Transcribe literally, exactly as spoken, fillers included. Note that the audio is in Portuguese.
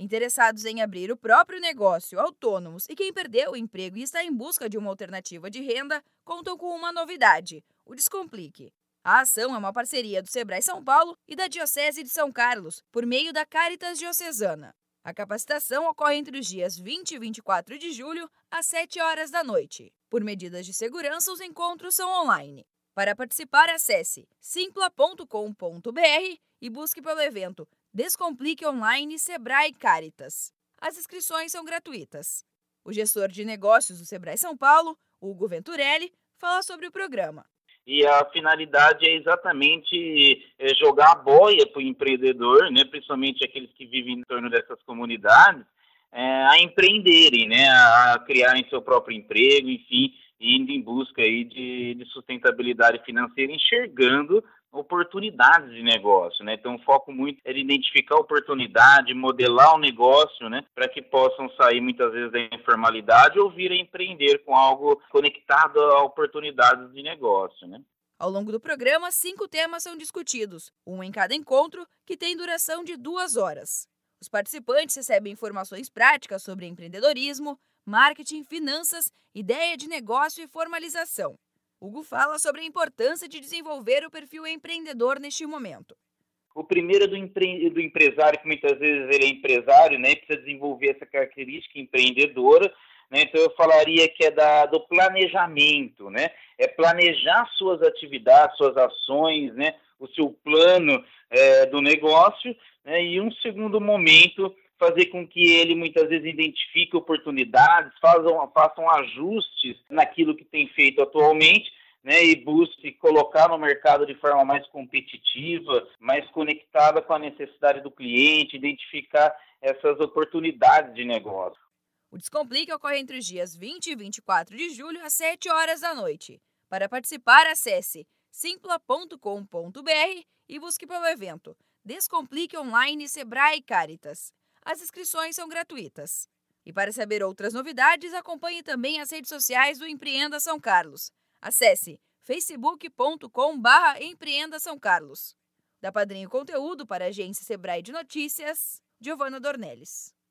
Interessados em abrir o próprio negócio, autônomos e quem perdeu o emprego e está em busca de uma alternativa de renda, contam com uma novidade: o Descomplique. A ação é uma parceria do Sebrae São Paulo e da Diocese de São Carlos, por meio da Caritas Diocesana. A capacitação ocorre entre os dias vinte e vinte e quatro de julho, às sete horas da noite. Por medidas de segurança, os encontros são online. Para participar, acesse simpla ponto com ponto br e busque pelo evento Descomplique Online Sebrae Caritas. As inscrições são gratuitas. O gestor de negócios do Sebrae São Paulo, Hugo Venturelli, fala sobre o programa. E a finalidade é exatamente é, jogar a boia para o empreendedor, né, principalmente aqueles que vivem em torno dessas comunidades, é, a empreenderem, né, a criarem seu próprio emprego, enfim, indo em busca aí de, de sustentabilidade financeira, enxergando oportunidades de negócio, né? Então o foco muito é de identificar oportunidade, modelar o negócio, né? Para que possam sair muitas vezes da informalidade ou vir a empreender com algo conectado a oportunidades de negócio, né? Ao longo do programa, cinco temas são discutidos, um em cada encontro, que tem duração de duas horas. Os participantes recebem informações práticas sobre empreendedorismo, marketing, finanças, ideia de negócio e formalização. Hugo fala sobre a importância de desenvolver o perfil empreendedor neste momento. O primeiro é do, empre... do empresário, que muitas vezes ele é empresário, né, precisa desenvolver essa característica empreendedora, né, então eu falaria que é da, do planejamento, né, é planejar suas atividades, suas ações, né, o seu plano é, do negócio, né, e um segundo momento, fazer com que ele muitas vezes identifique oportunidades, façam, façam ajustes naquilo que tem feito atualmente, né, e busque colocar no mercado de forma mais competitiva, mais conectada com a necessidade do cliente, identificar essas oportunidades de negócio. O Descomplique ocorre entre os dias vinte e vinte e quatro de julho, às sete horas da noite. Para participar, acesse simpla ponto com ponto br e busque pelo evento Descomplique Online Sebrae Caritas. As inscrições são gratuitas. E para saber outras novidades, acompanhe também as redes sociais do Empreenda São Carlos. Acesse facebook ponto com barra Empreenda São Carlos. Da Padrinho Conteúdo para a agência Sebrae de Notícias, Giovana Dornelles.